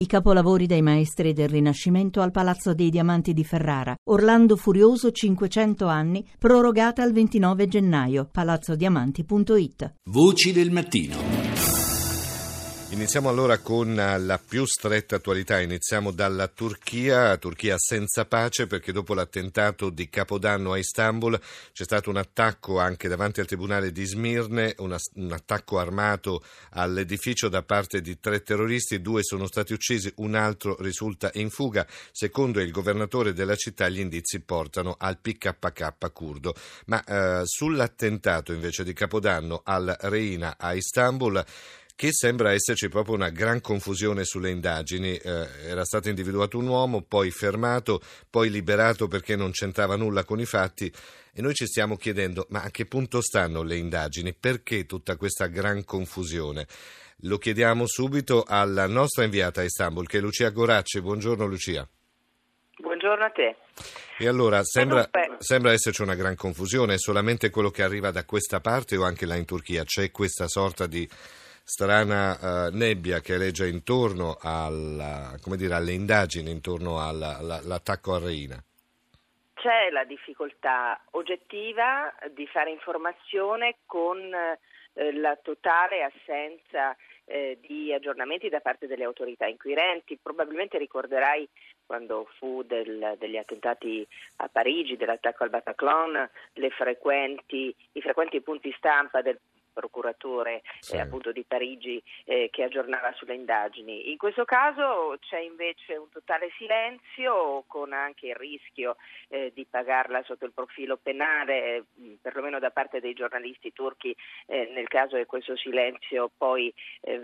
I capolavori dei maestri del Rinascimento al Palazzo dei Diamanti di Ferrara. Orlando Furioso 500 anni, prorogata al 29 gennaio. palazzodiamanti.it. Voci del mattino. Iniziamo allora con la più stretta attualità. Iniziamo dalla Turchia senza pace, perché dopo l'attentato di Capodanno a Istanbul c'è stato un attacco anche davanti al tribunale di Smirne, un attacco armato all'edificio da parte di 3 terroristi, 2 sono stati uccisi, un altro risulta in fuga. Secondo il governatore della città gli indizi portano al PKK curdo. Ma sull'attentato invece di Capodanno al Reina a Istanbul, che sembra esserci proprio una gran confusione sulle indagini. Era stato individuato un uomo, poi fermato, poi liberato perché non c'entrava nulla con i fatti, e noi ci stiamo chiedendo: ma a che punto stanno le indagini? Perché tutta questa gran confusione? Lo chiediamo subito alla nostra inviata a Istanbul, che è Lucia Goracci. Buongiorno Lucia. Buongiorno a te. E allora, sembra esserci una gran confusione. È solamente quello che arriva da questa parte o anche là in Turchia? C'è questa sorta di strana nebbia che aleggia intorno alle indagini intorno all'attacco a Reina? C'è la difficoltà oggettiva di fare informazione con la totale assenza di aggiornamenti da parte delle autorità inquirenti. Probabilmente ricorderai quando fu degli attentati a Parigi, dell'attacco al Bataclan, i frequenti punti stampa del procuratore appunto di Parigi che aggiornava sulle indagini. In questo caso c'è invece un totale silenzio, con anche il rischio di pagarla sotto il profilo penale, perlomeno da parte dei giornalisti turchi, nel caso che questo silenzio poi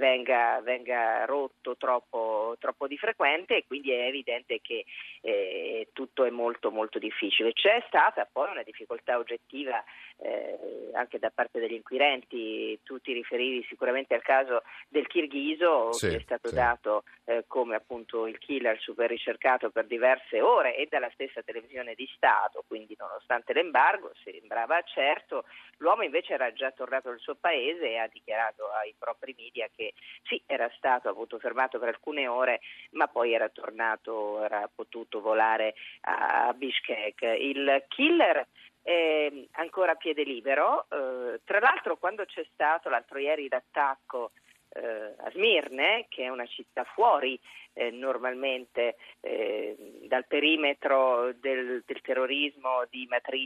venga rotto troppo di frequente, e quindi è evidente che tutto è molto molto difficile. C'è stata poi una difficoltà oggettiva anche da parte degli inquirenti. Tu ti riferivi sicuramente al caso del Kirghiso, che è stato dato come appunto il killer super ricercato per diverse ore e dalla stessa televisione di Stato, quindi nonostante l'embargo sembrava certo. L'uomo invece era già tornato al suo paese e ha dichiarato ai propri media che sì, era stato appunto fermato per alcune ore, ma poi era potuto volare a Bishkek. Il killer ancora a piede libero. Tra l'altro, quando c'è stato l'altro ieri l'attacco a Smirne, che è una città fuori normalmente dal perimetro del terrorismo di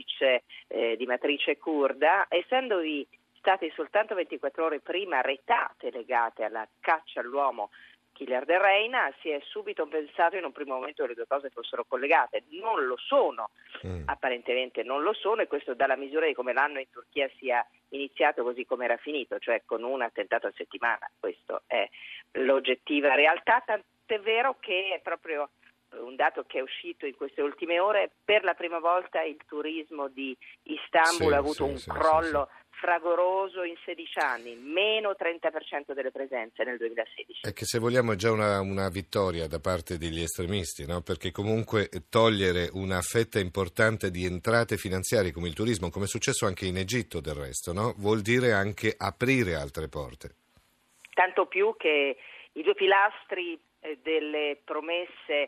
matrice curda, essendovi state soltanto 24 ore prima retate legate alla caccia all'uomo killer del Reina, si è subito pensato in un primo momento che le due cose fossero collegate. Non lo sono, apparentemente non lo sono, e questo dà la misura di come l'anno in Turchia sia iniziato così come era finito, cioè con un attentato a settimana. Questo è l'oggettiva realtà, tant'è vero che è proprio un dato che è uscito in queste ultime ore: per la prima volta il turismo di Istanbul ha avuto un crollo fragoroso in 16 anni, meno 30% delle presenze nel 2016. E che, se vogliamo, è già una vittoria da parte degli estremisti, no? Perché comunque togliere una fetta importante di entrate finanziarie come il turismo, come è successo anche in Egitto del resto, no? Vuol dire anche aprire altre porte. Tanto più che i 2 pilastri delle promesse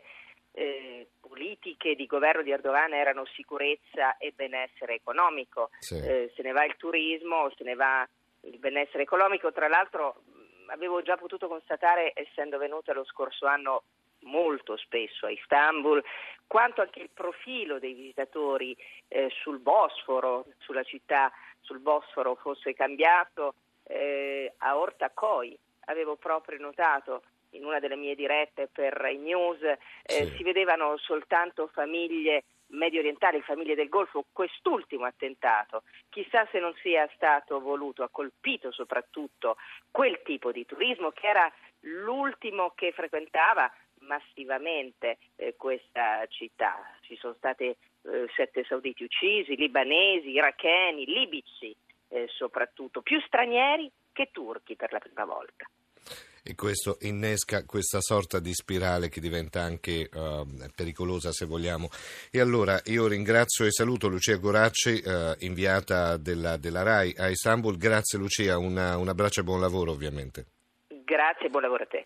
politiche di governo di Erdogan erano sicurezza e benessere economico. Se ne va il turismo, se ne va il benessere economico. Tra l'altro avevo già potuto constatare, essendo venuta lo scorso anno molto spesso a Istanbul, quanto anche il profilo dei visitatori sul Bosforo, sulla città sul Bosforo, fosse cambiato. A Ortaköy avevo proprio notato, in una delle mie dirette per i news, si vedevano soltanto famiglie medio orientali, famiglie del Golfo. Quest'ultimo attentato, chissà se non sia stato voluto, ha colpito soprattutto quel tipo di turismo che era l'ultimo che frequentava massivamente questa città. Ci sono state 7 sauditi uccisi, libanesi, iracheni, libici soprattutto, più stranieri che turchi per la prima volta. E questo innesca questa sorta di spirale che diventa anche pericolosa, se vogliamo. E allora io ringrazio e saluto Lucia Goracci, inviata della RAI a Istanbul. Grazie Lucia, un abbraccio e buon lavoro ovviamente. Grazie e buon lavoro a te.